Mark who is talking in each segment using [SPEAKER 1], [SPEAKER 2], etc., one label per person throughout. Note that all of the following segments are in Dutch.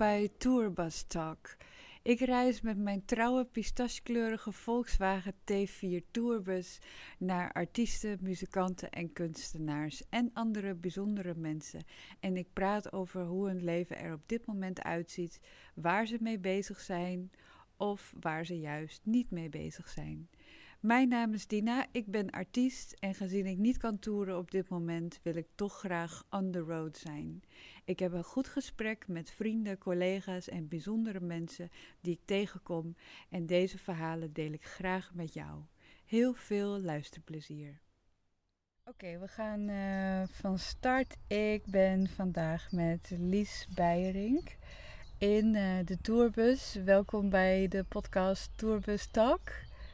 [SPEAKER 1] bij Tourbus Talk. Ik reis met mijn trouwe pistachekleurige Volkswagen T4 Tourbus naar artiesten, muzikanten en kunstenaars en andere bijzondere mensen. En ik praat over hoe hun leven er op dit moment uitziet, waar ze mee bezig zijn of waar ze juist niet mee bezig zijn. Mijn naam is Dina, ik ben artiest en gezien ik niet kan toeren op dit moment wil ik toch graag on the road zijn. Ik heb een goed gesprek met vrienden, collega's en bijzondere mensen die ik tegenkom en deze verhalen deel ik graag met jou. Heel veel luisterplezier. Oké, we gaan van start. Ik ben vandaag met Lies Beierink in de Tourbus. Welkom bij de podcast Tourbus Talk.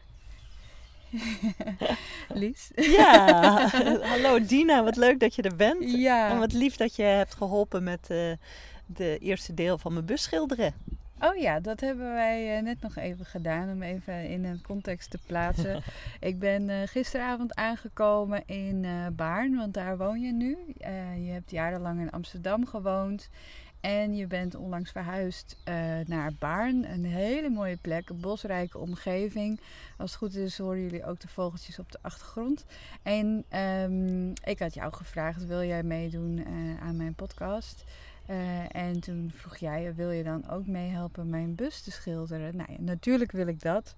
[SPEAKER 1] Lies.
[SPEAKER 2] Ja, hallo Dina, wat leuk dat je er bent.
[SPEAKER 1] Ja.
[SPEAKER 2] En wat lief dat je hebt geholpen met de eerste deel van mijn bus schilderen.
[SPEAKER 1] Oh ja, dat hebben wij net nog even gedaan om even in een context te plaatsen. Ik ben gisteravond aangekomen in Baarn, want daar woon je nu. Je hebt jarenlang in Amsterdam gewoond. En je bent onlangs verhuisd naar Baarn. Een hele mooie plek, een bosrijke omgeving. Als het goed is horen jullie ook de vogeltjes op de achtergrond. En ik had jou gevraagd, wil jij meedoen aan mijn podcast? En toen vroeg jij, wil je dan ook meehelpen mijn bus te schilderen? Nou ja, natuurlijk wil ik dat.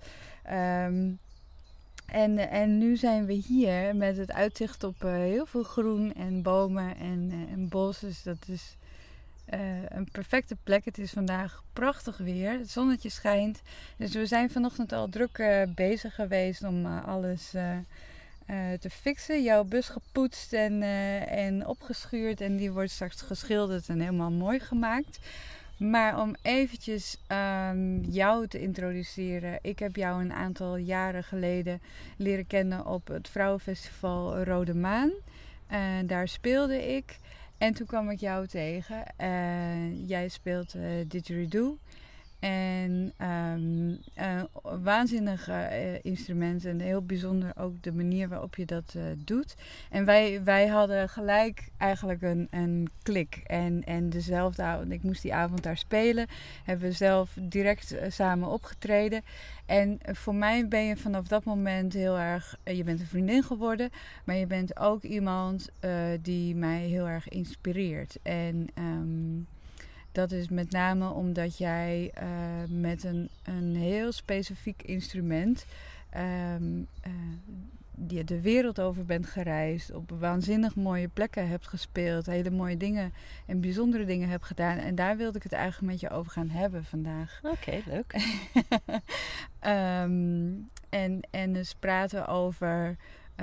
[SPEAKER 1] En nu zijn we hier met het uitzicht op heel veel groen en bomen en bos. Dus dat is een perfecte plek. Het is vandaag prachtig weer. Het zonnetje schijnt. Dus we zijn vanochtend al druk bezig geweest om alles te fixen. Jouw bus gepoetst en opgeschuurd. En die wordt straks geschilderd en helemaal mooi gemaakt. Maar om eventjes jou te introduceren. Ik heb jou een aantal jaren geleden leren kennen op het Vrouwenfestival Rode Maan. Daar speelde ik. En toen kwam ik jou tegen. Jij speelt didgeridoo. En een waanzinnig instrument. En heel bijzonder ook de manier waarop je dat doet. En wij hadden gelijk eigenlijk een klik. En dezelfde avond, ik moest die avond daar spelen. Hebben we zelf direct samen opgetreden. En voor mij ben je vanaf dat moment heel erg... Je bent een vriendin geworden. Maar je bent ook iemand die mij heel erg inspireert. En... dat is met name omdat jij met een heel specifiek instrument de wereld over bent gereisd. Op waanzinnig mooie plekken hebt gespeeld. Hele mooie dingen en bijzondere dingen hebt gedaan. En daar wilde ik het eigenlijk met je over gaan hebben vandaag.
[SPEAKER 2] Oké, leuk.
[SPEAKER 1] En dus praten over...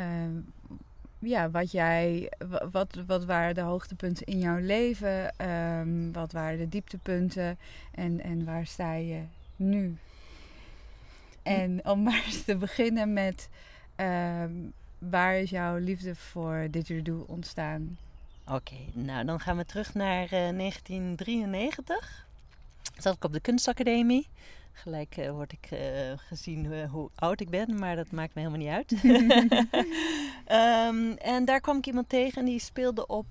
[SPEAKER 1] wat waren de hoogtepunten in jouw leven? Wat waren de dieptepunten? En waar sta je nu? En om maar eens te beginnen met... waar is jouw liefde voor didgeridoo ontstaan?
[SPEAKER 2] Oké, nou dan gaan we terug naar 1993. Zat ik op de kunstacademie. Gelijk word ik gezien hoe oud ik ben, maar dat maakt me helemaal niet uit. En daar kwam ik iemand tegen en die speelde op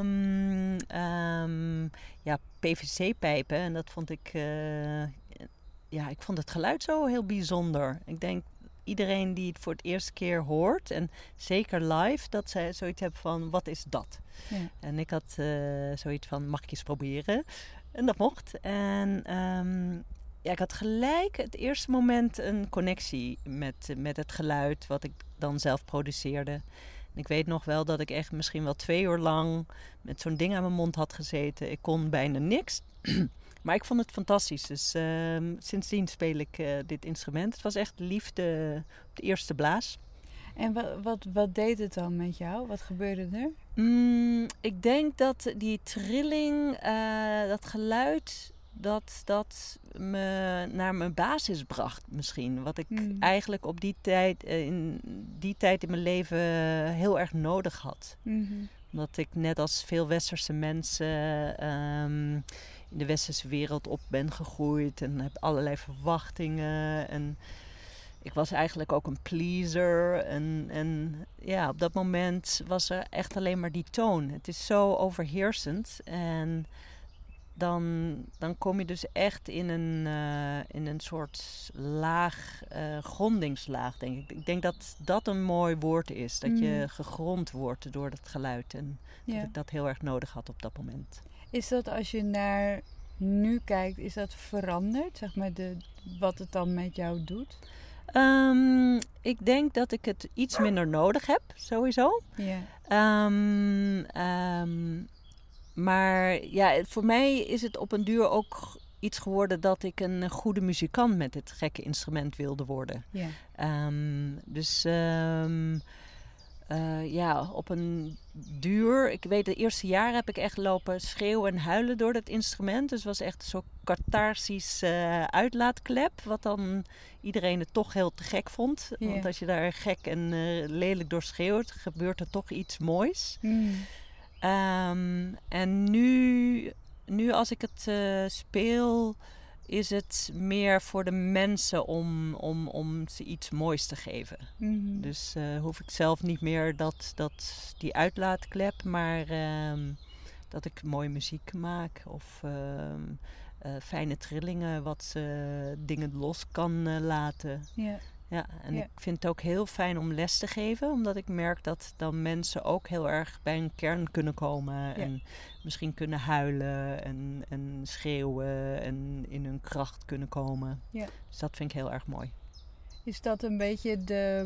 [SPEAKER 2] PVC-pijpen. En dat vond ik, ik vond het geluid zo heel bijzonder. Ik denk iedereen die het voor het eerste keer hoort, en zeker live, dat zij zoiets hebben van, wat is dat? Ja. En ik had zoiets van, mag ik eens proberen? En dat mocht. En... ik had gelijk het eerste moment een connectie met het geluid wat ik dan zelf produceerde. En ik weet nog wel dat ik echt misschien wel 2 uur lang met zo'n ding aan mijn mond had gezeten. Ik kon bijna niks, maar ik vond het fantastisch. Dus sindsdien speel ik dit instrument. Het was echt liefde op de eerste blaas.
[SPEAKER 1] En wat deed het dan met jou? Wat gebeurde er?
[SPEAKER 2] Ik denk dat die trilling, dat geluid... Dat me naar mijn basis bracht misschien. Wat ik eigenlijk op die tijd, in mijn leven heel erg nodig had. Mm-hmm. Omdat ik net als veel westerse mensen in de westerse wereld op ben gegroeid. En heb allerlei verwachtingen. En ik was eigenlijk ook een pleaser. En op dat moment was er echt alleen maar die toon. Het is zo overheersend. En... dan kom je dus echt in een soort laag, grondingslaag, denk ik. Ik denk dat dat een mooi woord is. Dat je gegrond wordt door het geluid. En dat ik dat heel erg nodig had op dat moment.
[SPEAKER 1] Is dat als je naar nu kijkt, is dat veranderd? Zeg maar wat het dan met jou doet?
[SPEAKER 2] Ik denk dat ik het iets minder nodig heb, sowieso.
[SPEAKER 1] Ja.
[SPEAKER 2] Maar ja, voor mij is het op een duur ook iets geworden dat ik een goede muzikant met dit gekke instrument wilde worden.
[SPEAKER 1] Ja.
[SPEAKER 2] Op een duur, ik weet de eerste jaren heb ik echt lopen schreeuwen en huilen door dat instrument. Dus het was echt zo'n catharsisch uitlaatklep, wat dan iedereen het toch heel te gek vond.
[SPEAKER 1] Ja.
[SPEAKER 2] Want als je daar gek en lelijk door schreeuwt, gebeurt er toch iets moois. En nu als ik het speel, is het meer voor de mensen om ze iets moois te geven. Dus hoef ik zelf niet meer die uitlaatklep, maar dat ik mooie muziek maak of fijne trillingen, wat dingen los kan laten.
[SPEAKER 1] Ja.
[SPEAKER 2] Ja, en ik vind het ook heel fijn om les te geven, omdat ik merk dat dan mensen ook heel erg bij een kern kunnen komen en misschien kunnen huilen en schreeuwen en in hun kracht kunnen komen. Ja. Dus dat vind ik heel erg mooi.
[SPEAKER 1] Is dat een beetje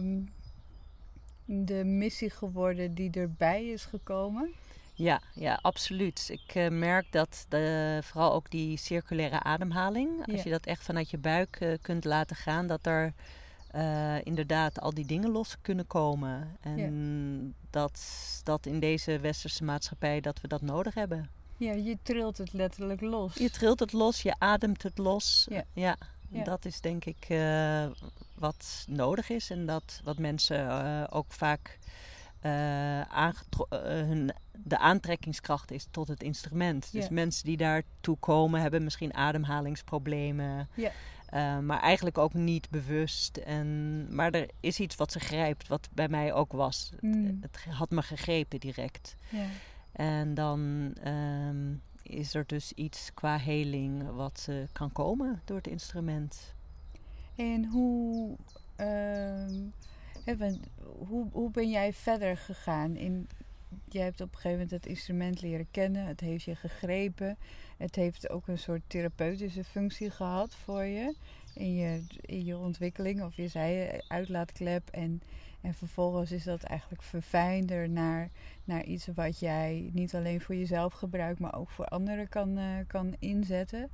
[SPEAKER 1] de missie geworden die erbij is gekomen?
[SPEAKER 2] Ja, absoluut. Ik merk dat vooral ook die circulaire ademhaling, als je dat echt vanuit je buik kunt laten gaan, dat er inderdaad al die dingen los kunnen komen. En dat in deze westerse maatschappij dat we dat nodig hebben.
[SPEAKER 1] Ja, je trilt het letterlijk los.
[SPEAKER 2] Je trilt het los, je ademt het los. Ja. Dat is denk ik wat nodig is. En wat mensen ook vaak de aantrekkingskracht is tot het instrument. Dus mensen die daartoe komen hebben misschien ademhalingsproblemen. Ja. Maar eigenlijk ook niet bewust. Maar er is iets wat ze grijpt, wat bij mij ook was. Het had me gegrepen direct. Ja. En dan is er dus iets qua heling wat kan komen door het instrument.
[SPEAKER 1] En hoe ben jij verder gegaan? Je hebt op een gegeven moment het instrument leren kennen. Het heeft je gegrepen. Het heeft ook een soort therapeutische functie gehad voor je. In je ontwikkeling. Of je zei uitlaatklep. En vervolgens is dat eigenlijk verfijnder naar iets wat jij niet alleen voor jezelf gebruikt. Maar ook voor anderen kan inzetten.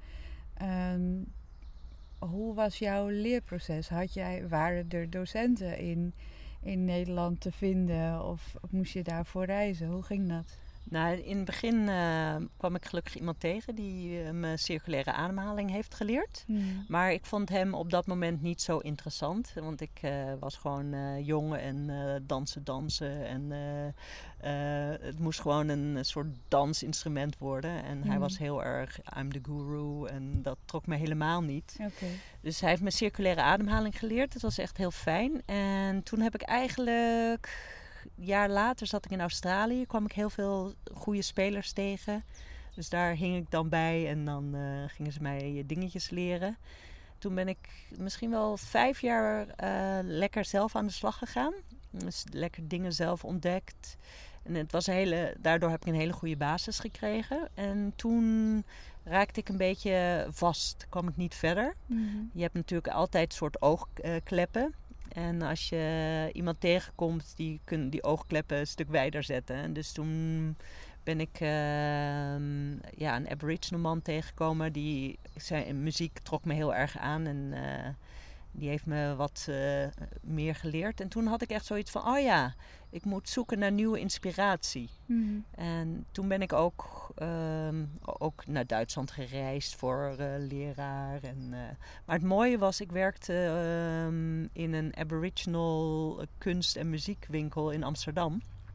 [SPEAKER 1] Hoe was jouw leerproces? Waren er docenten in Nederland te vinden of moest je daarvoor reizen? Hoe ging dat?
[SPEAKER 2] Nou, in het begin kwam ik gelukkig iemand tegen die me circulaire ademhaling heeft geleerd. Maar ik vond hem op dat moment niet zo interessant. Want ik was gewoon jong en dansen. En het moest gewoon een soort dansinstrument worden. En hij was heel erg, I'm the guru. En dat trok me helemaal niet. Okay. Dus hij heeft me circulaire ademhaling geleerd. Dat was echt heel fijn. En toen heb ik eigenlijk... Een jaar later zat ik in Australië, kwam ik heel veel goede spelers tegen. Dus daar hing ik dan bij en dan gingen ze mij dingetjes leren. Toen ben ik misschien wel 5 jaar lekker zelf aan de slag gegaan. Dus lekker dingen zelf ontdekt. En het was daardoor heb ik een hele goede basis gekregen. En toen raakte ik een beetje vast, kwam ik niet verder. Je hebt natuurlijk altijd een soort oogkleppen. En als je iemand tegenkomt, die kunnen die oogkleppen een stuk wijder zetten. En dus toen ben ik een Aboriginal man tegengekomen. Zijn muziek trok me heel erg aan en die heeft me wat meer geleerd. En toen had ik echt zoiets van, ik moet zoeken naar nieuwe inspiratie. En toen ben ik ook naar Duitsland gereisd voor leraar. Maar het mooie was, ik werkte in een Aboriginal kunst- en muziekwinkel in Amsterdam.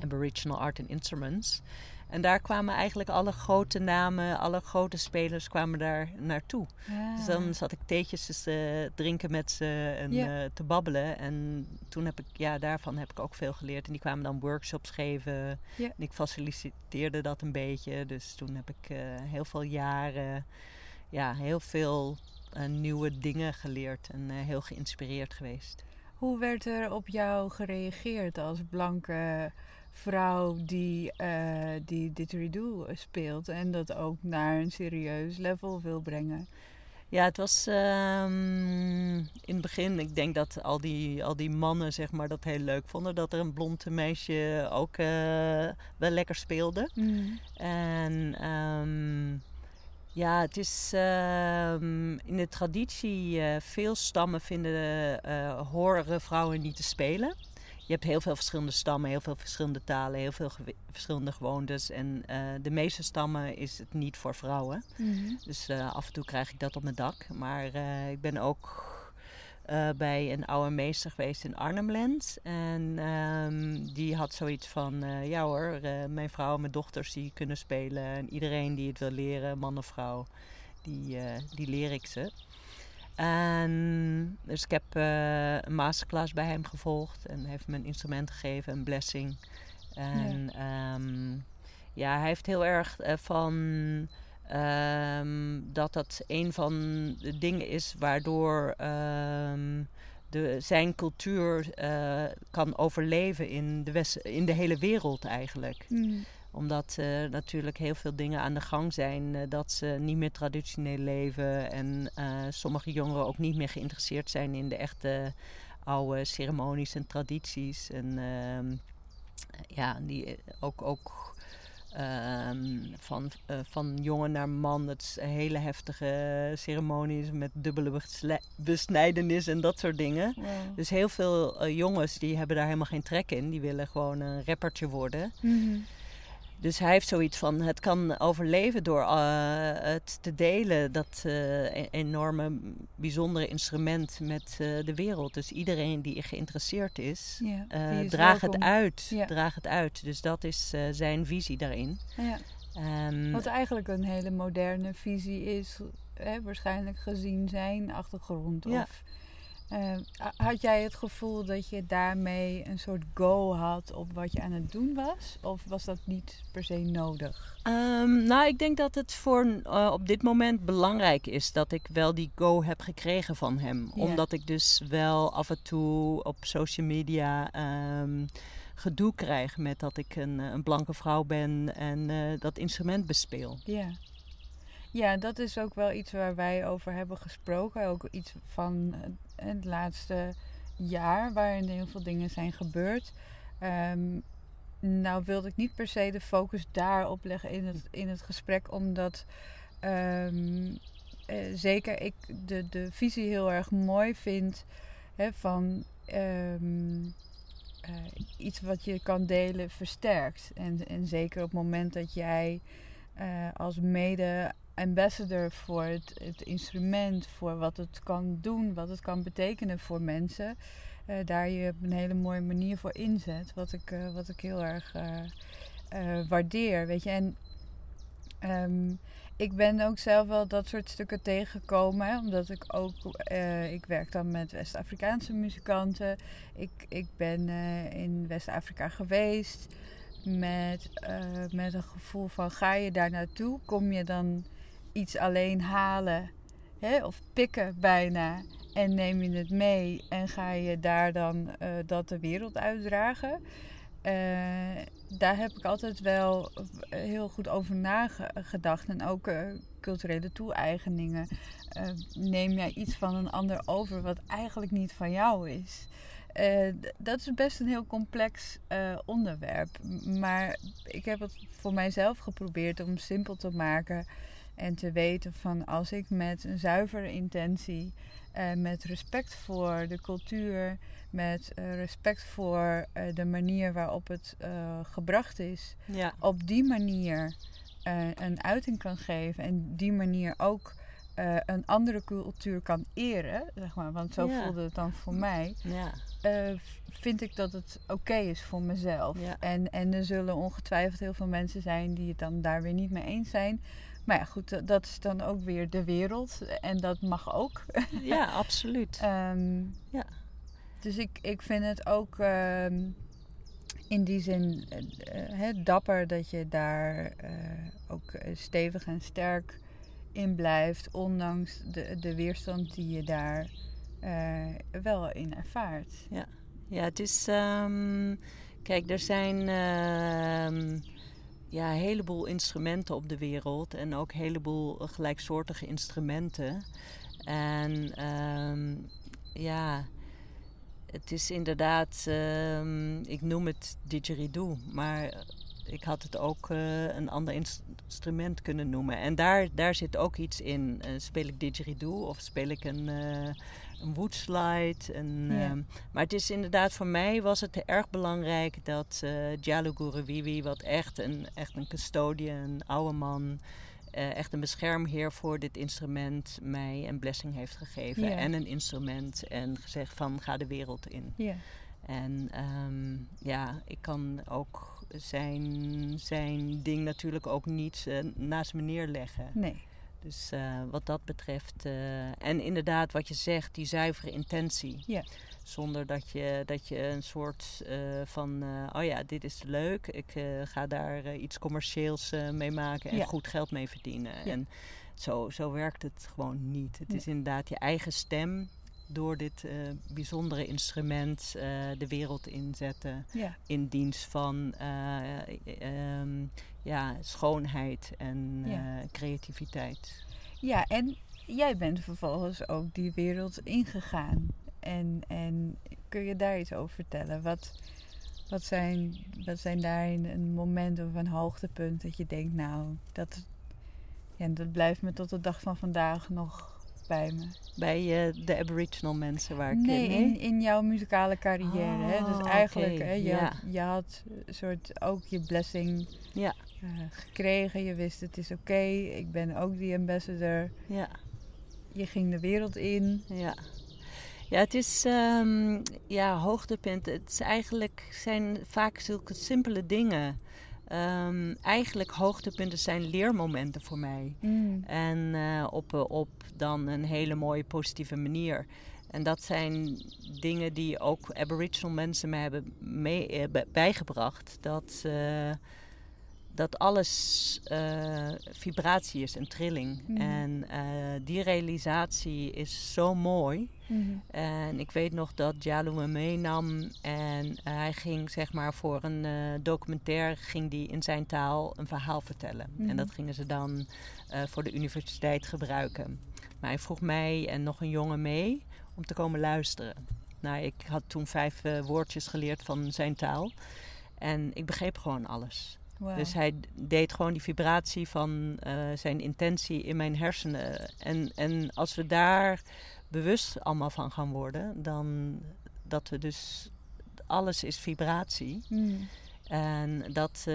[SPEAKER 2] Aboriginal Art and Instruments. En daar kwamen eigenlijk alle grote namen, alle grote spelers kwamen daar naartoe.
[SPEAKER 1] Ah.
[SPEAKER 2] Dus dan zat ik theetjes te drinken met ze en te babbelen. En toen daarvan heb ik ook veel geleerd. En die kwamen dan workshops geven.
[SPEAKER 1] Ja.
[SPEAKER 2] En ik faciliteerde dat een beetje. Dus toen heb ik heel veel jaren heel veel nieuwe dingen geleerd. En heel geïnspireerd geweest.
[SPEAKER 1] Hoe werd er op jou gereageerd als blanke vrouw die didgeridoo speelt en dat ook naar een serieus level wil brengen?
[SPEAKER 2] Ja, het was in het begin, ik denk dat al die mannen zeg maar dat heel leuk vonden. Dat er een blond meisje ook wel lekker speelde.
[SPEAKER 1] Mm.
[SPEAKER 2] En het is in de traditie, veel stammen horen vrouwen niet te spelen. Je hebt heel veel verschillende stammen, heel veel verschillende talen, heel veel verschillende gewoontes. En de meeste stammen is het niet voor vrouwen.
[SPEAKER 1] Mm-hmm.
[SPEAKER 2] Dus af en toe krijg ik dat op mijn dak. Maar ik ben ook bij een oude meester geweest in Arnhem-Land. En die had zoiets van, ja hoor, mijn vrouw en mijn dochters die kunnen spelen. En iedereen die het wil leren, man of vrouw, die leer ik ze. En dus ik heb een masterclass bij hem gevolgd en heeft me een instrument gegeven, een blessing. En hij heeft heel erg van dat een van de dingen is waardoor zijn cultuur kan overleven in de hele wereld eigenlijk.
[SPEAKER 1] Mm.
[SPEAKER 2] Omdat natuurlijk heel veel dingen aan de gang zijn. Dat ze niet meer traditioneel leven. En sommige jongeren ook niet meer geïnteresseerd zijn in de echte oude ceremonies en tradities. En die ook van jongen naar man. Het is hele heftige ceremonies met dubbele besnijdenis en dat soort dingen.
[SPEAKER 1] Wow.
[SPEAKER 2] Dus heel veel jongens die hebben daar helemaal geen trek in. Die willen gewoon een rappertje worden.
[SPEAKER 1] Mm-hmm.
[SPEAKER 2] Dus hij heeft zoiets van, het kan overleven door het te delen, dat enorme, bijzondere instrument met de wereld. Dus iedereen die geïnteresseerd is, draag het uit. Dus dat is zijn visie daarin.
[SPEAKER 1] Ja. Wat eigenlijk een hele moderne visie is, waarschijnlijk gezien zijn achtergrond.
[SPEAKER 2] Ja.
[SPEAKER 1] Of had jij het gevoel dat je daarmee een soort go had op wat je aan het doen was? Of was dat niet per se nodig?
[SPEAKER 2] Ik denk dat het op dit moment belangrijk is dat ik wel die go heb gekregen van hem.
[SPEAKER 1] Ja.
[SPEAKER 2] Omdat ik dus wel af en toe op social media gedoe krijg met dat ik een blanke vrouw ben en dat instrument bespeel.
[SPEAKER 1] Ja. Ja, dat is ook wel iets waar wij over hebben gesproken. Ook iets van het laatste jaar waarin heel veel dingen zijn gebeurd. Nou wilde ik niet per se de focus daarop leggen in het gesprek. Omdat zeker ik de visie heel erg mooi vind van iets wat je kan delen versterkt. En zeker op het moment dat jij als mede-ambassador voor het instrument, voor wat het kan doen, wat het kan betekenen voor mensen, daar je op een hele mooie manier voor inzet. Wat ik heel erg waardeer, weet je. En ik ben ook zelf wel dat soort stukken tegengekomen, hè, omdat ik ook, ik werk dan met West-Afrikaanse muzikanten. Ik ben in West-Afrika geweest met een gevoel van, ga je daar naartoe? Kom je dan iets alleen halen, hè, of pikken bijna, en neem je het mee en ga je daar dan dat de wereld uitdragen? Daar heb ik altijd wel heel goed over nagedacht. En ook culturele toe-eigeningen. Neem jij iets van een ander over wat eigenlijk niet van jou is? Dat is best een heel complex onderwerp. Maar ik heb het voor mijzelf geprobeerd om simpel te maken. En te weten van, als ik met een zuivere intentie, met respect voor de cultuur, met respect voor de manier waarop het gebracht is, op die manier een uiting kan geven en die manier ook een andere cultuur kan eren, zeg maar, want zo voelde het dan voor mij, vind ik dat het oké is voor mezelf.
[SPEAKER 2] Ja.
[SPEAKER 1] En er zullen ongetwijfeld heel veel mensen zijn die het dan daar weer niet mee eens zijn. Maar ja, goed, dat is dan ook weer de wereld en dat mag ook.
[SPEAKER 2] Ja, absoluut.
[SPEAKER 1] Dus ik vind het ook in die zin dapper dat je daar ook stevig en sterk in blijft, ondanks de weerstand die je daar wel in ervaart.
[SPEAKER 2] Ja, het is... kijk, er zijn een heleboel instrumenten op de wereld en ook een heleboel gelijksoortige instrumenten. En het is inderdaad, ik noem het didgeridoo, maar ik had het ook een ander instrument kunnen noemen. En daar zit ook iets in. Speel ik didgeridoo of speel ik een woodslide? Maar het is inderdaad, voor mij was het erg belangrijk dat Djalu Gurruwiwi, wat echt een custodian, een oude man, echt een beschermheer voor dit instrument, mij een blessing heeft gegeven.
[SPEAKER 1] Yeah.
[SPEAKER 2] En een instrument en gezegd van ga de wereld in.
[SPEAKER 1] Yeah.
[SPEAKER 2] En ik kan ook zijn ding natuurlijk ook niet naast me neerleggen.
[SPEAKER 1] Nee.
[SPEAKER 2] Dus wat dat betreft... en inderdaad, wat je zegt, die zuivere intentie.
[SPEAKER 1] Yeah.
[SPEAKER 2] Zonder dat je een soort van... dit is leuk. Ik ga daar iets commercieels mee maken en goed geld mee verdienen. Yeah. En zo werkt het gewoon niet. Het is inderdaad je eigen stem door dit bijzondere instrument de wereld inzetten. Yeah. In dienst van schoonheid en creativiteit. Ja,
[SPEAKER 1] en jij bent vervolgens ook die wereld ingegaan. En kun je daar iets over vertellen? Wat zijn daarin een moment of een hoogtepunt dat je denkt, nou, dat blijft me tot de dag van vandaag nog bij me?
[SPEAKER 2] Bij de Aboriginal mensen waar ik...
[SPEAKER 1] Nee, in jouw muzikale carrière. Hè? Dus eigenlijk, je had een soort ook je blessing gekregen. Je wist, het is oké. Ik ben ook die ambassador. Ja. Je ging de wereld in.
[SPEAKER 2] Ja. Ja, het is hoogtepunten. Het is zijn vaak zulke simpele dingen. Eigenlijk hoogtepunten zijn leermomenten voor mij. En op dan een hele mooie positieve manier. En dat zijn dingen die ook Aboriginal mensen me hebben bijgebracht. Dat alles vibratie is en trilling. En die realisatie is zo mooi. En ik weet nog dat Djalu me meenam en hij ging zeg maar voor een documentaire ging die in zijn taal een verhaal vertellen. En dat gingen ze dan voor de universiteit gebruiken. Maar hij vroeg mij en nog een jongen mee om te komen luisteren. Nou, ik had toen 5 woordjes geleerd van zijn taal. En ik begreep gewoon alles. Wow. Dus hij deed gewoon die vibratie van zijn intentie in mijn hersenen. En als we daar bewust allemaal van gaan worden, dan dat we dus... Alles is vibratie. En dat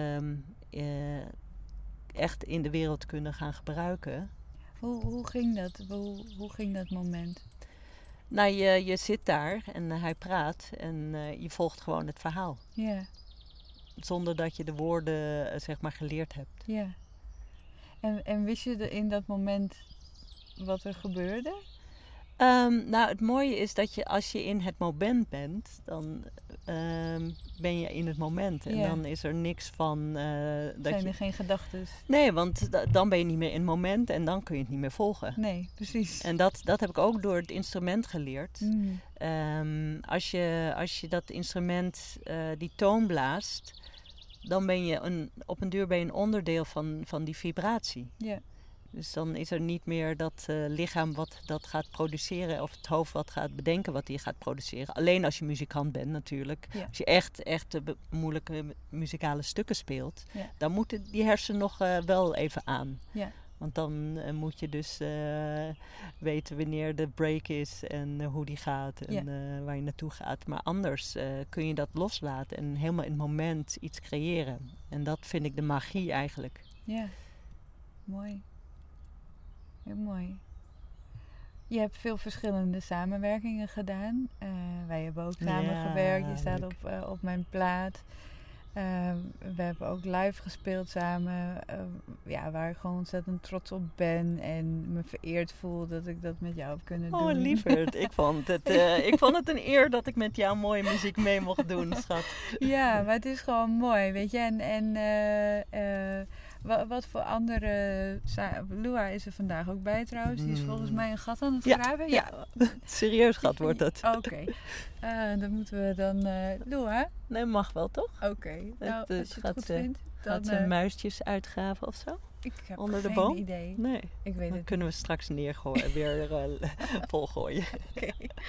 [SPEAKER 2] echt in de wereld kunnen gaan gebruiken.
[SPEAKER 1] Hoe ging dat? Hoe ging dat moment?
[SPEAKER 2] Nou, je zit daar en hij praat en je volgt gewoon het verhaal.
[SPEAKER 1] Ja. Yeah. Zonder
[SPEAKER 2] dat je de woorden zeg maar geleerd hebt.
[SPEAKER 1] Ja. En wist je in dat moment wat er gebeurde?
[SPEAKER 2] Nou, het mooie is dat je als je in het moment bent, dan ben je in het moment. En dan is er niks van...
[SPEAKER 1] Zijn er geen gedachten?
[SPEAKER 2] Nee, want dan ben je niet meer in het moment en dan kun je het niet meer volgen.
[SPEAKER 1] Nee, precies.
[SPEAKER 2] En dat heb ik ook door het instrument geleerd. Als je dat instrument die toon blaast, dan ben je op een duur ben je een onderdeel van die vibratie. Ja. Dus dan is er niet meer dat lichaam wat dat gaat produceren of het hoofd wat gaat bedenken wat die gaat produceren. Alleen als je muzikant bent natuurlijk. Ja. Als je echt moeilijke muzikale stukken speelt, dan moeten die hersenen nog wel even aan. Ja. Want dan moet je dus weten wanneer de break is en hoe die gaat en waar je naartoe gaat. Maar anders kun je dat loslaten en helemaal in het moment iets creëren. En dat vind ik de magie eigenlijk.
[SPEAKER 1] Ja, mooi. heel mooi. Je hebt veel verschillende samenwerkingen gedaan. Wij hebben ook samengewerkt. Je staat op mijn plaat. We hebben ook live gespeeld samen. Waar ik gewoon ontzettend trots op ben. En me vereerd voel dat ik dat met jou heb kunnen doen.
[SPEAKER 2] Oh, lieverd. Ik vond het een eer dat ik met jou mooie muziek mee mocht doen, schat.
[SPEAKER 1] Ja, maar het is gewoon mooi, weet je. Wat voor andere... Lua is er vandaag ook bij trouwens. Die is volgens mij een gat aan het graven.
[SPEAKER 2] Ja. Serieus gat wordt het.
[SPEAKER 1] Oké. Dan moeten we dan... Lua?
[SPEAKER 2] Nee, mag wel, toch?
[SPEAKER 1] Oké. Nou, als je het goed vindt...
[SPEAKER 2] Gaat ze muisjes uitgraven of zo?
[SPEAKER 1] Ik heb
[SPEAKER 2] onder de
[SPEAKER 1] geen
[SPEAKER 2] boom?
[SPEAKER 1] idee.
[SPEAKER 2] Nee.
[SPEAKER 1] Ik weet
[SPEAKER 2] Dan
[SPEAKER 1] het
[SPEAKER 2] kunnen we straks weer volgooien.
[SPEAKER 1] Oké.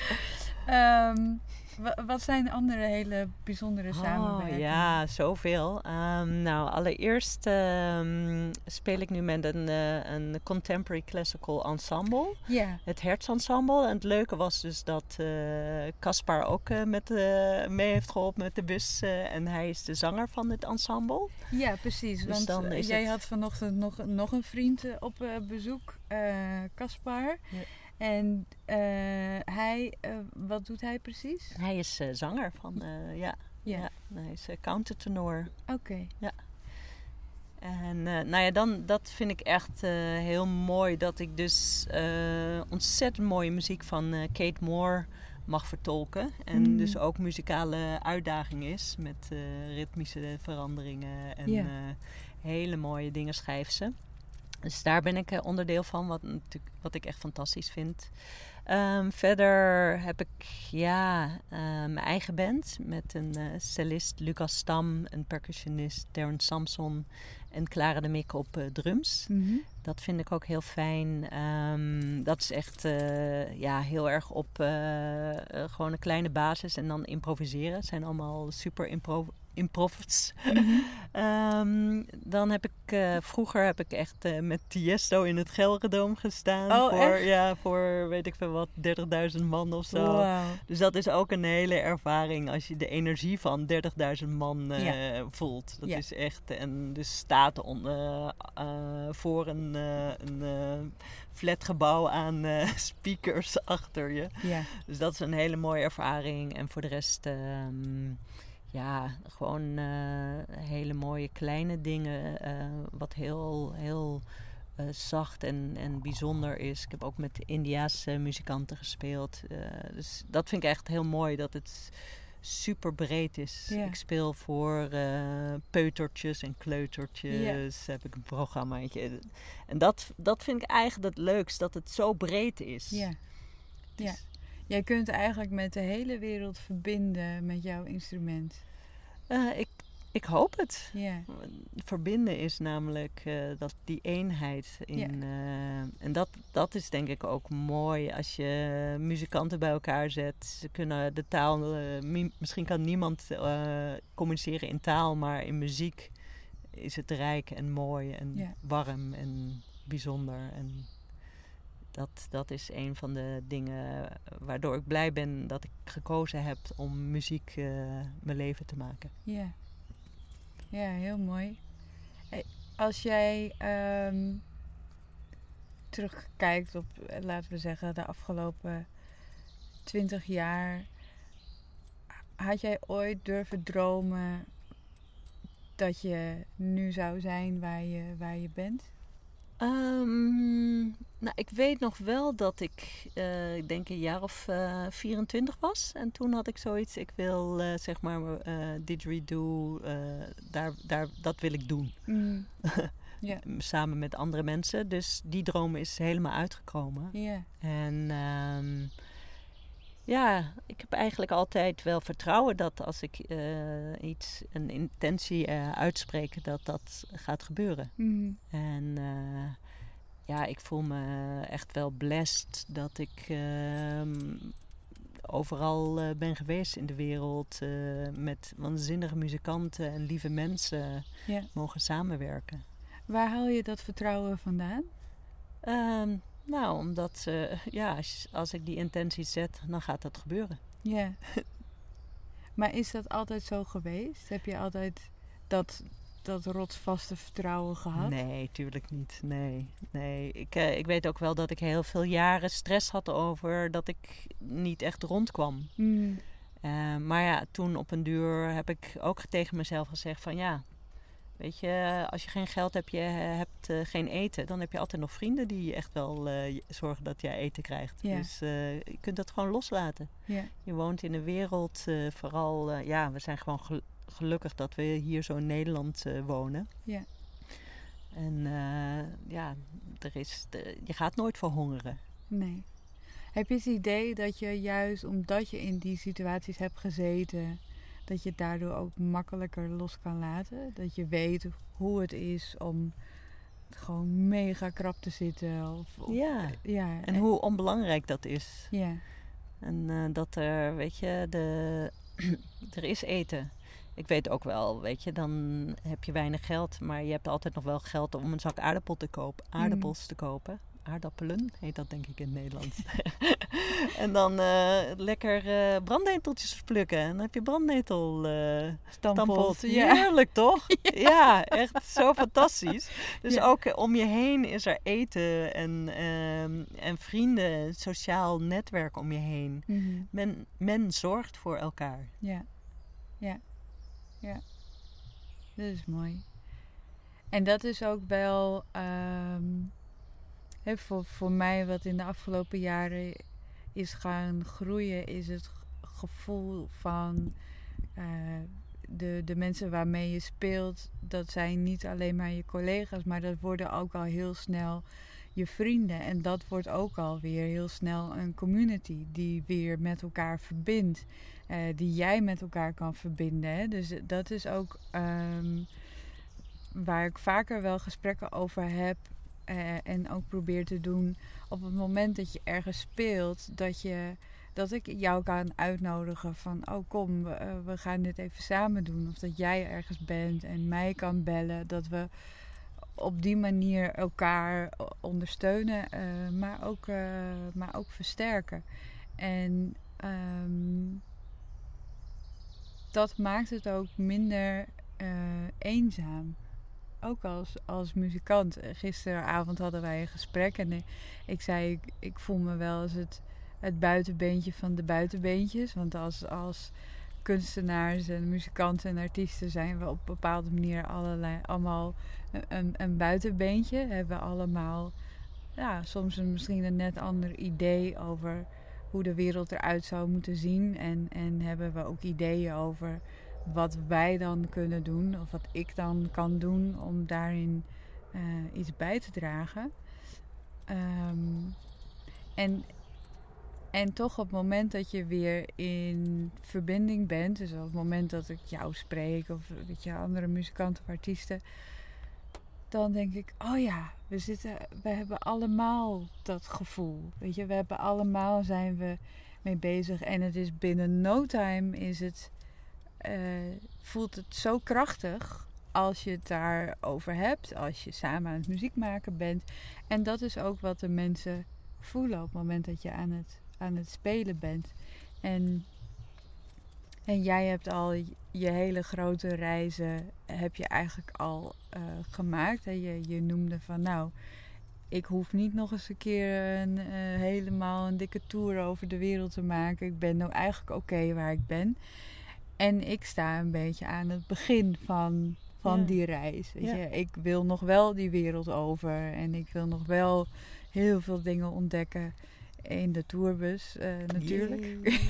[SPEAKER 1] Wat zijn andere hele bijzondere samenwerkingen?
[SPEAKER 2] Ja, zoveel. Allereerst speel ik nu met een contemporary classical ensemble.
[SPEAKER 1] Ja.
[SPEAKER 2] Het Hertz-ensemble. En het leuke was dus dat Caspar ook mee heeft geholpen met de bus. En hij is de zanger van het ensemble.
[SPEAKER 1] Ja, precies.
[SPEAKER 2] Dus
[SPEAKER 1] want jij had vanochtend nog een vriend op bezoek, Caspar. Ja. En wat doet hij precies?
[SPEAKER 2] Hij is zanger van, ja. Hij is countertenor.
[SPEAKER 1] Oké.
[SPEAKER 2] Ja. En dat vind ik echt heel mooi dat ik dus ontzettend mooie muziek van Kate Moore mag vertolken. En dus ook muzikale uitdaging is met ritmische veranderingen en hele mooie dingen schrijft ze. Dus daar ben ik onderdeel van, wat ik echt fantastisch vind. Verder heb ik mijn eigen band met een cellist Lucas Stam, een percussionist Darren Samson en Clara de Mik op drums. Mm-hmm. Dat vind ik ook heel fijn. Dat is echt heel erg op gewoon een kleine basis en dan improviseren. Het zijn allemaal super improvs. Mm-hmm. Dan heb ik vroeger echt met Tiesto in het Gelredome gestaan. Voor weet ik veel wat, 30.000 man of zo.
[SPEAKER 1] Wow.
[SPEAKER 2] Dus dat is ook een hele ervaring als je de energie van 30.000 man voelt. Dat is echt, en dus staat voor een flatgebouw aan speakers achter je.
[SPEAKER 1] Ja.
[SPEAKER 2] Dus dat is een hele mooie ervaring. En voor de rest... gewoon hele mooie kleine dingen. Wat heel, heel zacht en bijzonder is. Ik heb ook met Indiaanse muzikanten gespeeld. Dus dat vind ik echt heel mooi. Dat het super breed is.
[SPEAKER 1] Ja.
[SPEAKER 2] Ik speel voor peutertjes en kleutertjes. Heb ik een programmaatje. En dat vind ik eigenlijk het leukst. Dat het zo breed is.
[SPEAKER 1] Ja. Ja. Jij kunt eigenlijk met de hele wereld verbinden met jouw instrument.
[SPEAKER 2] Ik hoop het.
[SPEAKER 1] Ja.
[SPEAKER 2] Verbinden is namelijk die eenheid. En dat is denk ik ook mooi als je muzikanten bij elkaar zet. Ze kunnen de taal... misschien kan niemand communiceren in taal, maar in muziek is het rijk en mooi en warm en bijzonder. En dat is een van de dingen waardoor ik blij ben dat ik gekozen heb om muziek mijn leven te maken.
[SPEAKER 1] Ja, heel mooi. Als jij terugkijkt op, laten we zeggen, de afgelopen 20 jaar, had jij ooit durven dromen dat je nu zou zijn waar je bent?
[SPEAKER 2] Ik weet nog wel dat ik denk een jaar of 24 was. En toen had ik zoiets, ik wil didgeridoo, dat wil ik doen. Mm.
[SPEAKER 1] Yeah.
[SPEAKER 2] Samen met andere mensen. Dus die droom is helemaal uitgekomen.
[SPEAKER 1] Yeah.
[SPEAKER 2] En ik heb eigenlijk altijd wel vertrouwen dat als ik een intentie uitspreek, dat gaat gebeuren. Mm. En ik voel me echt wel blessed dat ik overal ben geweest in de wereld met waanzinnige muzikanten en lieve mensen mogen samenwerken.
[SPEAKER 1] Waar haal je dat vertrouwen vandaan?
[SPEAKER 2] Omdat als ik die intentie zet, dan gaat dat gebeuren.
[SPEAKER 1] Ja. Maar is dat altijd zo geweest? Heb je altijd dat dat rotsvaste vertrouwen gehad?
[SPEAKER 2] Nee, tuurlijk niet. Nee. Ik weet ook wel dat ik heel veel jaren stress had over dat ik niet echt rondkwam.
[SPEAKER 1] Mm.
[SPEAKER 2] Maar ja, toen op een duur heb ik ook tegen mezelf gezegd van ja, weet je, als je geen geld hebt, je hebt geen eten, dan heb je altijd nog vrienden die echt wel zorgen dat jij eten krijgt.
[SPEAKER 1] Ja.
[SPEAKER 2] Dus je kunt dat gewoon loslaten.
[SPEAKER 1] Ja.
[SPEAKER 2] Je woont in een wereld, vooral, we zijn gewoon gelukkig dat we hier zo in Nederland wonen.
[SPEAKER 1] Ja.
[SPEAKER 2] En je gaat nooit verhongeren.
[SPEAKER 1] Nee. Heb je het idee dat je juist omdat je in die situaties hebt gezeten, dat je het daardoor ook makkelijker los kan laten? Dat je weet hoe het is om gewoon mega krap te zitten?
[SPEAKER 2] Ja, en hoe onbelangrijk dat is.
[SPEAKER 1] Ja.
[SPEAKER 2] En dat er, weet je, er is eten. Ik weet ook wel, weet je, dan heb je weinig geld, maar je hebt altijd nog wel geld om een zak aardappels te kopen. Aardappelen heet dat denk ik in het Nederlands. En dan lekker brandneteltjes plukken. En dan heb je brandnetel-stamppot. Heerlijk toch? Ja, echt zo fantastisch. Dus ook om je heen is er eten en vrienden, een sociaal netwerk om je heen. Mm-hmm. Men zorgt voor elkaar.
[SPEAKER 1] Ja. Dat is mooi. En dat is ook wel voor mij wat in de afgelopen jaren is gaan groeien, is het gevoel van de mensen waarmee je speelt. Dat zijn niet alleen maar je collega's, maar dat worden ook al heel snel je vrienden. En dat wordt ook alweer heel snel een community die weer met elkaar verbindt. Die jij met elkaar kan verbinden. Hè? Dus dat is ook waar ik vaker wel gesprekken over heb. En ook probeer te doen op het moment dat je ergens speelt. Dat ik jou kan uitnodigen van oh kom, we gaan dit even samen doen. Of dat jij ergens bent en mij kan bellen. Dat we op die manier elkaar ondersteunen, maar ook versterken. En dat maakt het ook minder eenzaam. Ook als muzikant. Gisteravond hadden wij een gesprek en ik zei, ik voel me wel als het buitenbeentje van de buitenbeentjes. Want als kunstenaars en muzikanten en artiesten zijn we op een bepaalde manier allemaal een buitenbeentje. Hebben we allemaal soms misschien een net ander idee over hoe de wereld eruit zou moeten zien. En hebben we ook ideeën over wat wij dan kunnen doen. Of wat ik dan kan doen om daarin iets bij te dragen. En toch op het moment dat je weer in verbinding bent. Dus op het moment dat ik jou spreek. Of weet je, andere muzikanten of artiesten. Dan denk ik, oh ja, we hebben allemaal dat gevoel. Weet je, zijn we mee bezig. En het is binnen no time voelt het zo krachtig als je het daarover hebt. Als je samen aan het muziek maken bent. En dat is ook wat de mensen voelen op het moment dat je aan het spelen bent. En jij hebt al je hele grote reizen heb je eigenlijk al gemaakt. Hè? Je noemde van nou, ik hoef niet nog eens een keer helemaal een dikke tour over de wereld te maken. Ik ben nou eigenlijk oké waar ik ben. En ik sta een beetje aan het begin van die reis. Weet je? Ik wil nog wel die wereld over. En ik wil nog wel heel veel dingen ontdekken. In de tourbus natuurlijk.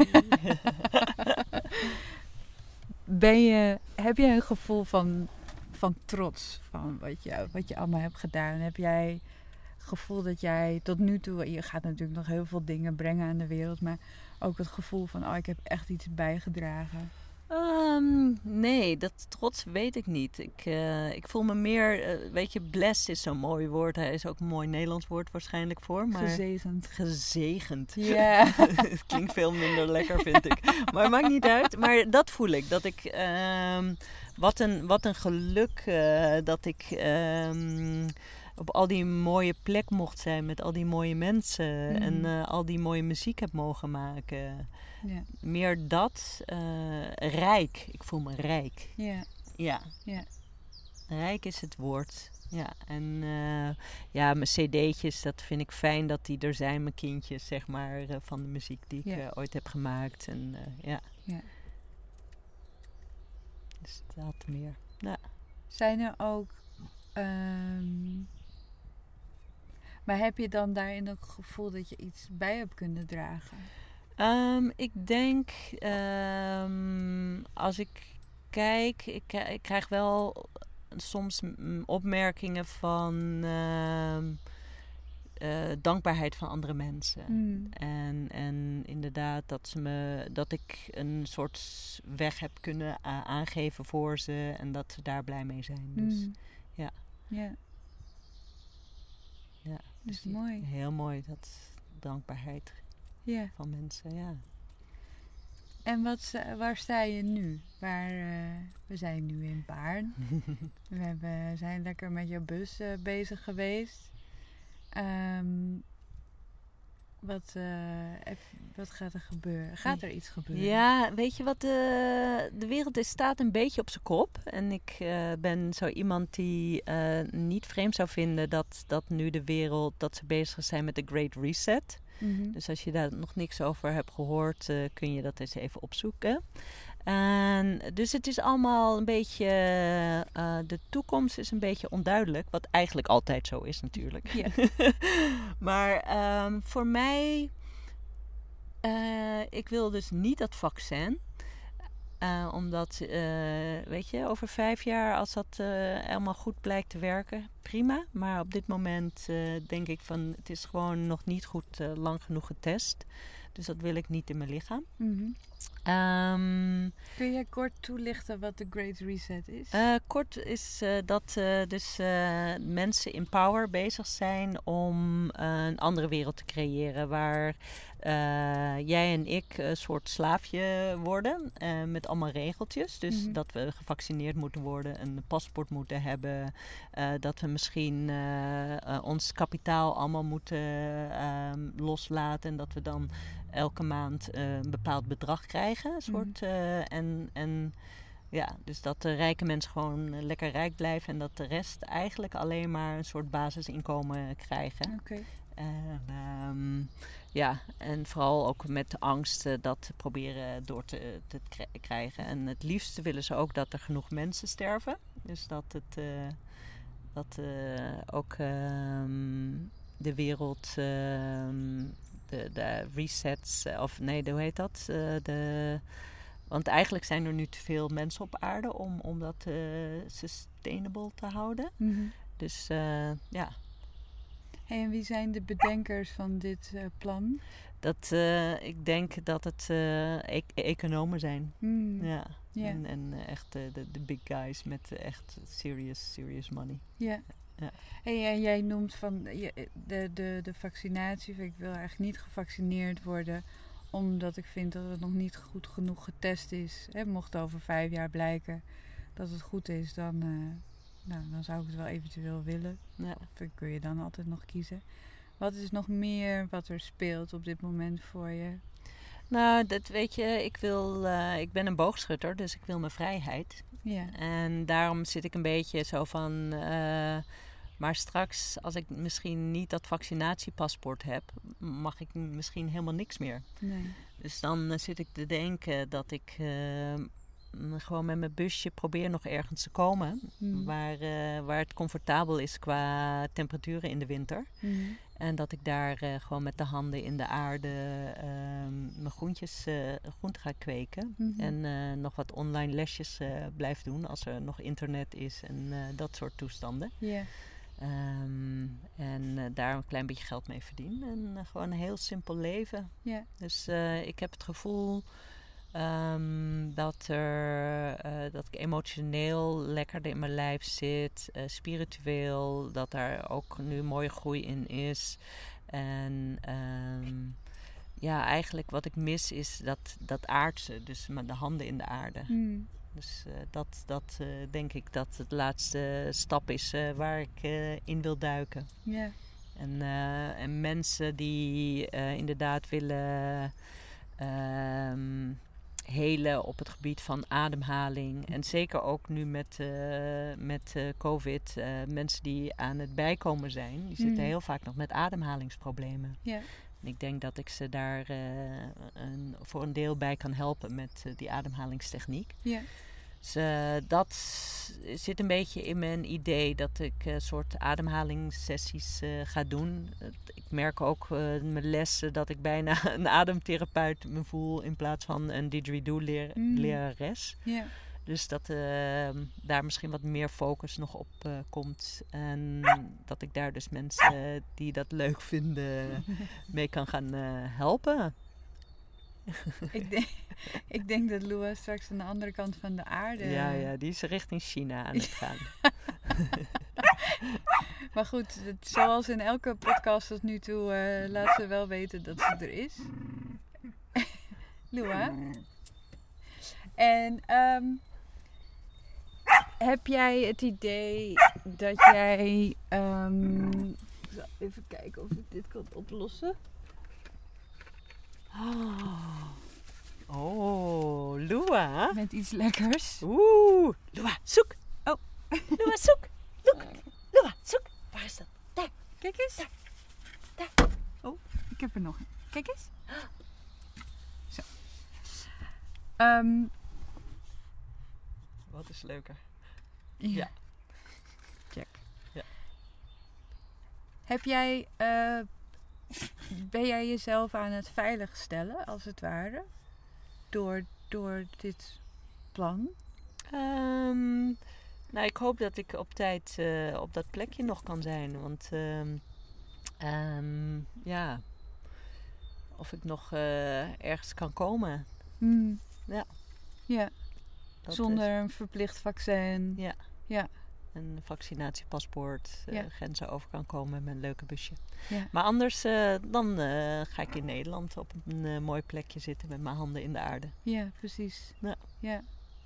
[SPEAKER 1] Heb jij een gevoel van trots van wat je allemaal hebt gedaan? Heb jij het gevoel dat jij tot nu toe... Je gaat natuurlijk nog heel veel dingen brengen aan de wereld. Maar ook het gevoel van ik heb echt iets bijgedragen.
[SPEAKER 2] Nee, dat trots weet ik niet. Ik voel me meer, weet je, blessed is zo'n mooi woord. Hij is ook een mooi Nederlands woord waarschijnlijk voor. Maar gezegend.
[SPEAKER 1] Ja.
[SPEAKER 2] Het klinkt veel minder lekker, vind ik. Maar het maakt niet uit. Maar dat voel ik. Dat ik, wat een geluk dat ik op al die mooie plek mocht zijn met al die mooie mensen. En al die mooie muziek heb mogen maken. Ja. Meer dat, rijk. Ik voel me rijk.
[SPEAKER 1] Ja.
[SPEAKER 2] Ja.
[SPEAKER 1] Ja.
[SPEAKER 2] Rijk is het woord. Ja, en mijn cd'tjes, dat vind ik fijn dat die er zijn. Mijn kindjes, zeg maar, van de muziek die ik ooit heb gemaakt. En ja. Dus dat meer. Ja.
[SPEAKER 1] Zijn er ook... maar heb je dan daarin ook het gevoel dat je iets bij hebt kunnen dragen?
[SPEAKER 2] Ik denk, als ik kijk, ik krijg wel soms opmerkingen van dankbaarheid van andere mensen. En inderdaad dat ik een soort weg heb kunnen aangeven voor ze en dat ze daar blij mee zijn. Dus ja.
[SPEAKER 1] Ja.
[SPEAKER 2] Ja,
[SPEAKER 1] dus mooi.
[SPEAKER 2] Heel mooi, dat dankbaarheid van mensen, ja.
[SPEAKER 1] En waar sta je nu? We zijn nu in Baarn. We zijn lekker met jouw bus bezig geweest. Wat gaat er gebeuren? Gaat er iets gebeuren?
[SPEAKER 2] Ja, weet je wat? De wereld staat een beetje op zijn kop. En ik ben zo iemand die niet vreemd zou vinden dat nu de wereld, dat ze bezig zijn met de Great Reset. Mm-hmm. Dus als je daar nog niks over hebt gehoord, kun je dat eens even opzoeken. En dus het is allemaal een beetje, de toekomst is een beetje onduidelijk. Wat eigenlijk altijd zo is natuurlijk.
[SPEAKER 1] Ja.
[SPEAKER 2] Maar voor mij, ik wil dus niet dat vaccin. Omdat, weet je, over 5 jaar als dat helemaal goed blijkt te werken, prima. Maar op dit moment denk ik van, het is gewoon nog niet goed lang genoeg getest. Dus dat wil ik niet in mijn lichaam.
[SPEAKER 1] Mm-hmm. Kun jij kort toelichten wat de Great Reset is?
[SPEAKER 2] Kort is dat mensen in power bezig zijn om een andere wereld te creëren. Waar jij en ik een soort slaafje worden met allemaal regeltjes. Dus
[SPEAKER 1] Mm-hmm.
[SPEAKER 2] dat we gevaccineerd moeten worden, een paspoort moeten hebben. Dat we misschien ons kapitaal allemaal moeten loslaten. En dat we dan elke maand een bepaald bedrag krijgen. Een soort, dus dat de rijke mensen gewoon lekker rijk blijven. En dat de rest eigenlijk alleen maar een soort basisinkomen krijgen.
[SPEAKER 1] Okay.
[SPEAKER 2] En vooral ook met de angst dat proberen door te krijgen. En het liefste willen ze ook dat er genoeg mensen sterven. Dus dat ook de wereld, de resets, hoe heet dat? Want eigenlijk zijn er nu te veel mensen op aarde om dat sustainable te houden.
[SPEAKER 1] Mm-hmm.
[SPEAKER 2] Dus
[SPEAKER 1] Hey, en wie zijn de bedenkers van dit plan?
[SPEAKER 2] Ik denk dat het economen zijn. Ja.
[SPEAKER 1] Yeah.
[SPEAKER 2] En echt de big guys met echt serious money.
[SPEAKER 1] Yeah.
[SPEAKER 2] Ja.
[SPEAKER 1] Hey, en jij noemt van de vaccinatie. Ik wil eigenlijk niet gevaccineerd worden, omdat ik vind dat het nog niet goed genoeg getest is. Mocht over 5 jaar blijken dat het goed is, dan zou ik het wel eventueel willen.
[SPEAKER 2] Ja.
[SPEAKER 1] Of kun je dan altijd nog kiezen. Wat is nog meer wat er speelt op dit moment voor je?
[SPEAKER 2] Nou, dat weet je, ik ben een boogschutter, dus ik wil mijn vrijheid.
[SPEAKER 1] Ja.
[SPEAKER 2] En daarom zit ik een beetje zo van, maar straks als ik misschien niet dat vaccinatiepaspoort heb, mag ik misschien helemaal niks meer.
[SPEAKER 1] Nee.
[SPEAKER 2] Dus dan zit ik te denken dat ik gewoon met mijn busje probeer nog ergens te komen. Waar het comfortabel is qua temperaturen in de winter.
[SPEAKER 1] Mm.
[SPEAKER 2] En dat ik daar gewoon met de handen in de aarde mijn groenten ga kweken.
[SPEAKER 1] Mm-hmm.
[SPEAKER 2] En nog wat online lesjes blijf doen als er nog internet is en dat soort toestanden.
[SPEAKER 1] Yeah.
[SPEAKER 2] En daar een klein beetje geld mee verdienen. En gewoon een heel simpel leven.
[SPEAKER 1] Yeah.
[SPEAKER 2] Dus ik heb het gevoel dat ik emotioneel lekkerder in mijn lijf zit. Spiritueel, dat daar ook nu mooie groei in is. En eigenlijk wat ik mis is dat aardse. Dus met de handen in de aarde.
[SPEAKER 1] Mm.
[SPEAKER 2] Dus dat denk ik dat het de laatste stap is waar ik in wil duiken.
[SPEAKER 1] Yeah.
[SPEAKER 2] En mensen die inderdaad willen helen op het gebied van ademhaling. En zeker ook nu met COVID. Mensen die aan het bijkomen zijn, die zitten heel vaak nog met ademhalingsproblemen.
[SPEAKER 1] Ja.
[SPEAKER 2] En ik denk dat ik ze daar voor een deel bij kan helpen met die ademhalingstechniek.
[SPEAKER 1] Ja.
[SPEAKER 2] Dus dat zit een beetje in mijn idee dat ik een soort ademhalingssessies ga doen. Ik merk ook in mijn lessen dat ik bijna een ademtherapeut me voel in plaats van een didgeridoo-lerares.
[SPEAKER 1] Ja.
[SPEAKER 2] Dus dat daar misschien wat meer focus nog op komt. En dat ik daar dus mensen die dat leuk vinden mee kan gaan helpen.
[SPEAKER 1] Ik denk dat Lua straks aan de andere kant van de aarde...
[SPEAKER 2] Ja, die is richting China aan het gaan.
[SPEAKER 1] Maar goed, zoals in elke podcast tot nu toe laat ze wel weten dat ze er is. Lua. En heb jij het idee dat jij... ik zal even kijken of ik dit kan oplossen.
[SPEAKER 2] Oh, Lua.
[SPEAKER 1] Met iets lekkers.
[SPEAKER 2] Oeh, Lua, zoek.
[SPEAKER 1] Oh.
[SPEAKER 2] Lua, zoek. Lua, zoek. Waar is dat? Daar.
[SPEAKER 1] Kijk eens.
[SPEAKER 2] Daar.
[SPEAKER 1] Oh, ik heb er nog een. Kijk eens. Zo.
[SPEAKER 2] Wat is leuker?
[SPEAKER 1] Ja. Check.
[SPEAKER 2] Ja.
[SPEAKER 1] Heb jij... ben jij jezelf aan het veiligstellen, als het ware? Door dit plan?
[SPEAKER 2] Nou, ik hoop dat ik op tijd op dat plekje nog kan zijn. Want ja, of ik nog ergens kan komen. Ja.
[SPEAKER 1] Ja.
[SPEAKER 2] Dat
[SPEAKER 1] Zonder een verplicht vaccin.
[SPEAKER 2] Ja.
[SPEAKER 1] Ja.
[SPEAKER 2] Een vaccinatiepaspoort, grenzen over kan komen met een leuke busje.
[SPEAKER 1] Ja.
[SPEAKER 2] Maar anders dan ga ik in Nederland op een mooi plekje zitten met mijn handen in de aarde.
[SPEAKER 1] Ja, precies.
[SPEAKER 2] Ja.
[SPEAKER 1] Ja.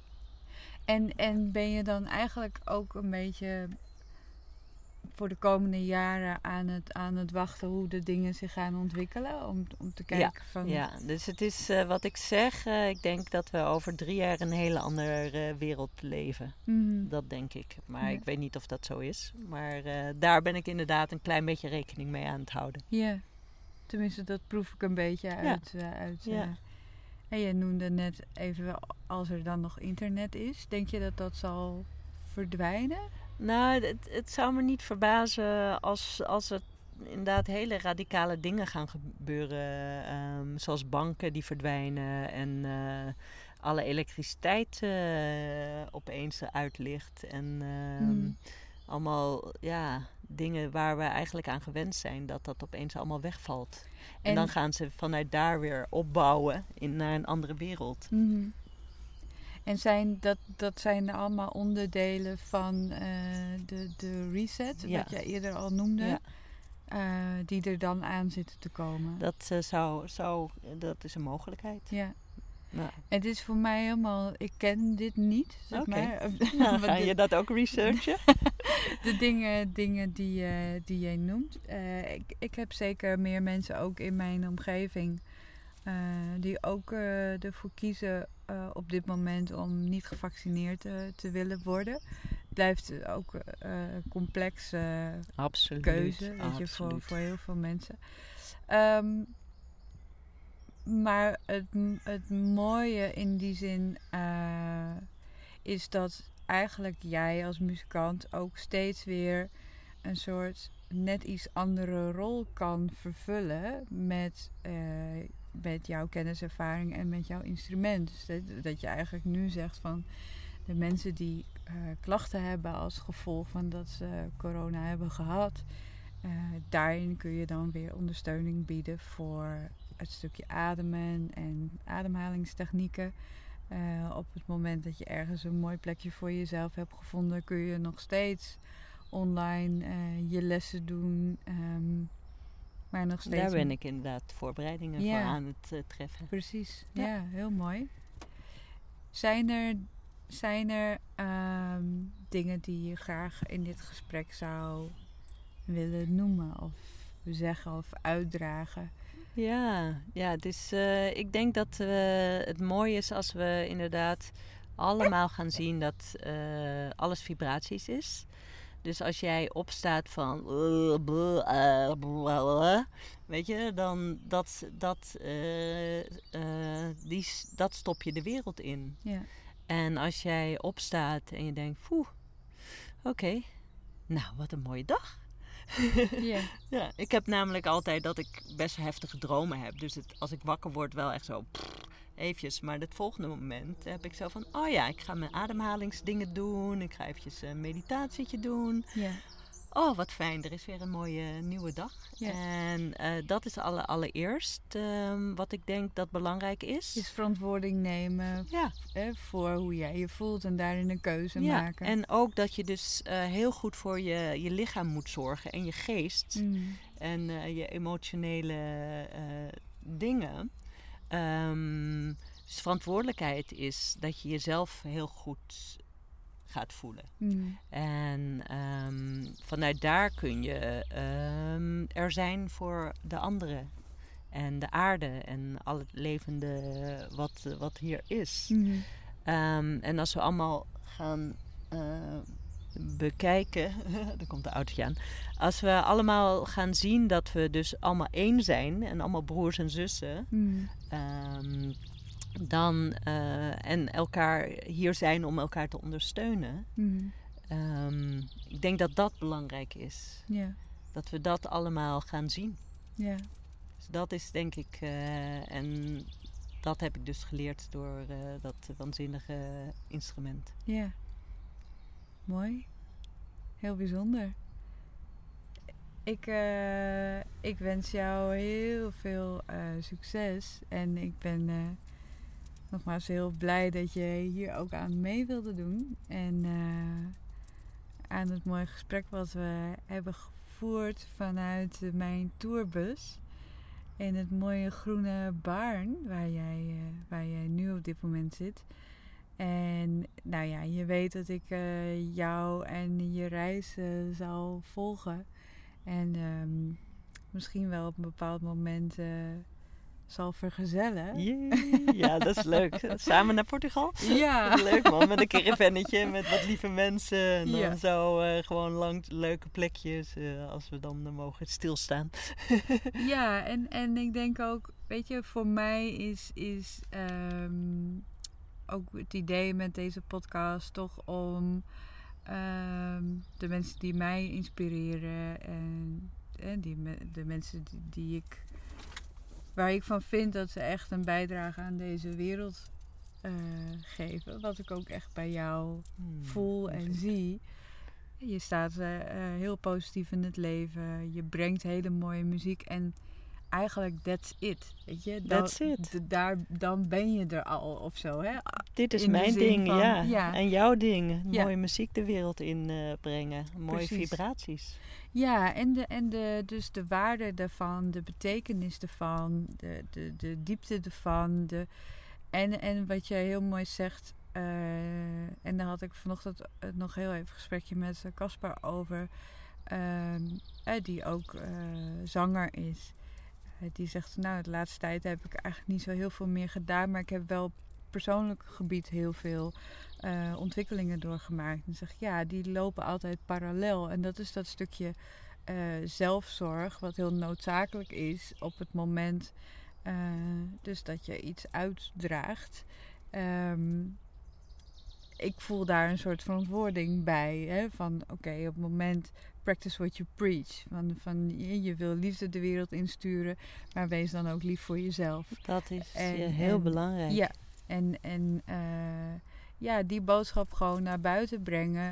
[SPEAKER 1] En ben je dan eigenlijk ook een beetje voor de komende jaren aan het wachten hoe de dingen zich gaan ontwikkelen? Om te kijken van...
[SPEAKER 2] Ja, dus het is wat ik zeg. Ik denk dat we over 3 jaar een hele andere wereld leven. Dat denk ik. Maar ik weet niet of dat zo is. Maar daar ben ik inderdaad een klein beetje rekening mee aan het houden.
[SPEAKER 1] Ja, tenminste dat proef ik een beetje uit. En je noemde net even, als er dan nog internet is. Denk je dat dat zal verdwijnen?
[SPEAKER 2] Nou, het zou me niet verbazen als er inderdaad hele radicale dingen gaan gebeuren. Zoals banken die verdwijnen en alle elektriciteit opeens eruit ligt. En allemaal dingen waar we eigenlijk aan gewend zijn, dat opeens allemaal wegvalt. En dan gaan ze vanuit daar weer opbouwen naar een andere wereld.
[SPEAKER 1] En dat zijn allemaal onderdelen van de reset, wat jij eerder al noemde, die er dan aan zitten te komen.
[SPEAKER 2] Dat is een mogelijkheid.
[SPEAKER 1] Ja.
[SPEAKER 2] Nou.
[SPEAKER 1] Het is voor mij helemaal... Ik ken dit niet, zeg maar.
[SPEAKER 2] Nou, ga je dat ook researchen?
[SPEAKER 1] De dingen die jij noemt. Ik heb zeker meer mensen ook in mijn omgeving... die ook ervoor kiezen op dit moment om niet gevaccineerd te willen worden. Het blijft ook een complexe keuze, weet je, voor heel veel mensen. Maar het mooie in die zin is dat eigenlijk jij als muzikant ook steeds weer een soort net iets andere rol kan vervullen met jouw kenniservaring en met jouw instrument. Dus dat je eigenlijk nu zegt van de mensen die klachten hebben als gevolg van dat ze corona hebben gehad, daarin kun je dan weer ondersteuning bieden voor het stukje ademen en ademhalingstechnieken. Op het moment dat je ergens een mooi plekje voor jezelf hebt gevonden, kun je nog steeds online je lessen doen. Maar nog steeds...
[SPEAKER 2] Daar ben ik inderdaad voorbereidingen voor aan het treffen.
[SPEAKER 1] Precies, ja, heel mooi. Zijn er dingen die je graag in dit gesprek zou willen noemen of zeggen of uitdragen?
[SPEAKER 2] Ja, dus ik denk dat het mooi is als we inderdaad allemaal gaan zien dat alles vibraties is. Dus als jij opstaat van weet je, dan dat stop je de wereld in.
[SPEAKER 1] Ja.
[SPEAKER 2] En als jij opstaat en je denkt, oké, nou wat een mooie dag.
[SPEAKER 1] Ja.
[SPEAKER 2] Ja, ik heb namelijk altijd dat ik best heftige dromen heb. Dus als ik wakker word wel echt zo eventjes. Maar het volgende moment heb ik zo van, ik ga mijn ademhalingsdingen doen. Ik ga eventjes een meditatietje doen.
[SPEAKER 1] Ja.
[SPEAKER 2] Oh, wat fijn. Er is weer een mooie nieuwe dag.
[SPEAKER 1] Ja.
[SPEAKER 2] En dat is allereerst wat ik denk dat belangrijk is.
[SPEAKER 1] Dus verantwoording nemen voor hoe jij je voelt en daarin een keuze maken.
[SPEAKER 2] En ook dat je dus heel goed voor je lichaam moet zorgen en je geest. En je emotionele dingen. Dus verantwoordelijkheid is dat je jezelf heel goed gaat voelen. En vanuit daar kun je er zijn voor de anderen. En de aarde en al het levende wat hier is. En als we allemaal gaan bekijken... er komt een autootje aan. Als we allemaal gaan zien dat we dus allemaal één zijn... en allemaal broers en zussen... dan en elkaar hier zijn om elkaar te ondersteunen. Ik denk dat dat belangrijk is.
[SPEAKER 1] Ja.
[SPEAKER 2] Dat we dat allemaal gaan zien.
[SPEAKER 1] Ja.
[SPEAKER 2] Dus dat is denk ik... en dat heb ik dus geleerd door dat waanzinnige instrument.
[SPEAKER 1] Ja. Mooi. Heel bijzonder. Ik wens jou heel veel succes. En ik ben nogmaals heel blij dat je hier ook aan mee wilde doen. En aan het mooie gesprek wat we hebben gevoerd vanuit mijn tourbus. In het mooie groene Baarn waar jij nu op dit moment zit. En nou ja, je weet dat ik jou en je reis zal volgen. En misschien wel op een bepaald moment zal vergezellen.
[SPEAKER 2] Ja, dat is leuk. Samen naar Portugal?
[SPEAKER 1] Ja.
[SPEAKER 2] Leuk man, met een caravannetje, met wat lieve mensen. En dan zo gewoon langs leuke plekjes, als we dan mogen stilstaan.
[SPEAKER 1] Ja, en ik denk ook, weet je, voor mij is ook het idee met deze podcast toch om de mensen die mij inspireren en de mensen waar ik van vind dat ze echt een bijdrage aan deze wereld geven. Wat ik ook echt bij jou voel en zie. Je staat heel positief in het leven. Je brengt hele mooie muziek en eigenlijk that's it. Weet je?
[SPEAKER 2] That's it.
[SPEAKER 1] Dan ben je er al of zo. Hè?
[SPEAKER 2] Dit is mijn ding, ja. En jouw ding. Mooie muziek de wereld in brengen. Mooie vibraties.
[SPEAKER 1] Ja, dus de waarde daarvan, de betekenis ervan, de diepte ervan. En wat jij heel mooi zegt, en daar had ik vanochtend nog heel even een gesprekje met Caspar over, die ook zanger is. Die zegt, nou, de laatste tijd heb ik eigenlijk niet zo heel veel meer gedaan, maar ik heb wel op persoonlijk gebied heel veel ontwikkelingen doorgemaakt. En zeg, ja, die lopen altijd parallel. En dat is dat stukje zelfzorg, wat heel noodzakelijk is op het moment dus dat je iets uitdraagt. Ik voel daar een soort verantwoording bij. Hè? Van oké, op het moment practice what you preach. Van je wil liefde de wereld insturen, maar wees dan ook lief voor jezelf.
[SPEAKER 2] Dat is heel belangrijk.
[SPEAKER 1] Ja, en die boodschap gewoon naar buiten brengen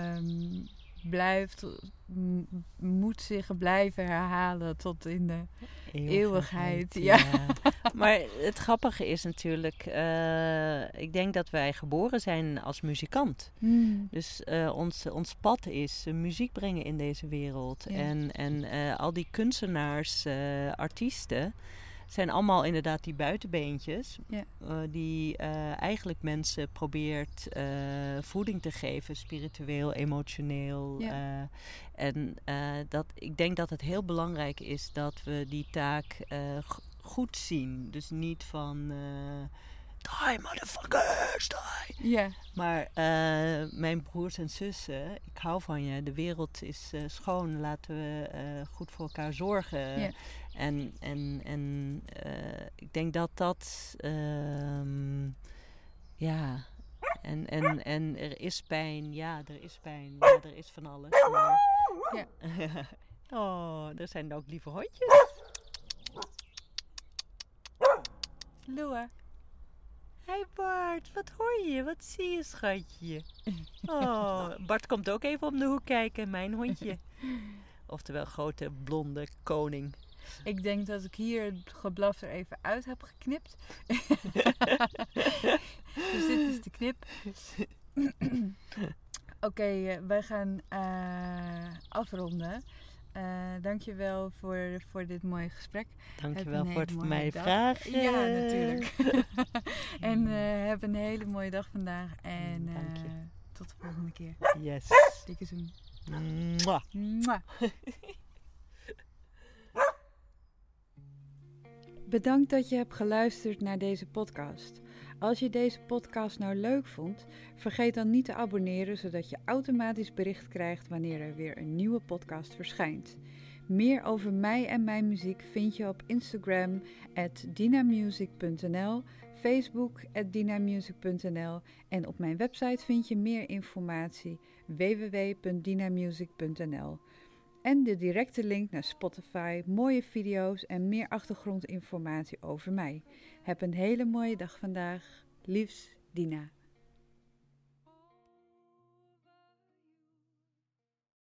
[SPEAKER 1] moet zich blijven herhalen tot in de eeuwigheid. Ja.
[SPEAKER 2] Maar het grappige is natuurlijk, ik denk dat wij geboren zijn als muzikant. Dus ons pad is muziek brengen in deze wereld. Ja. En al die kunstenaars, artiesten, zijn allemaal inderdaad die buitenbeentjes.
[SPEAKER 1] Ja.
[SPEAKER 2] Die eigenlijk mensen probeert voeding te geven. Spiritueel, emotioneel.
[SPEAKER 1] Ja.
[SPEAKER 2] Ik denk dat het heel belangrijk is dat we die taak goed zien. Dus niet van... die motherfuckers, die!
[SPEAKER 1] Ja.
[SPEAKER 2] Maar mijn broers en zussen, ik hou van je. De wereld is schoon. Laten we goed voor elkaar zorgen.
[SPEAKER 1] Ja.
[SPEAKER 2] En ik denk dat... ja... En er is pijn. Ja, er is pijn. Ja, er is van alles. Maar...
[SPEAKER 1] Ja.
[SPEAKER 2] Oh, er zijn ook lieve hondjes.
[SPEAKER 1] Lua.
[SPEAKER 2] Hey Bart, wat hoor je? Wat zie je, schatje? Oh, Bart komt ook even om de hoek kijken, mijn hondje. Oftewel grote blonde koning.
[SPEAKER 1] Ik denk dat ik hier het geblaf er even uit heb geknipt. Dus dit is de knip. Oké, wij gaan afronden. Dankjewel voor dit mooie gesprek.
[SPEAKER 2] Dankjewel voor het voor mij vragen.
[SPEAKER 1] Ja, natuurlijk. En heb een hele mooie dag vandaag. En
[SPEAKER 2] Dank je.
[SPEAKER 1] tot de volgende keer.
[SPEAKER 2] Yes.
[SPEAKER 1] Dikke zoen.
[SPEAKER 2] Mwah.
[SPEAKER 1] Mwah. Bedankt dat je hebt geluisterd naar deze podcast. Als je deze podcast nou leuk vond, vergeet dan niet te abonneren, zodat je automatisch bericht krijgt wanneer er weer een nieuwe podcast verschijnt. Meer over mij en mijn muziek vind je op Instagram @dinamusic.nl, Facebook @dinamusic.nl en op mijn website vind je meer informatie www.dinamusic.nl. En de directe link naar Spotify, mooie video's en meer achtergrondinformatie over mij. Heb een hele mooie dag vandaag. Liefs, Dina.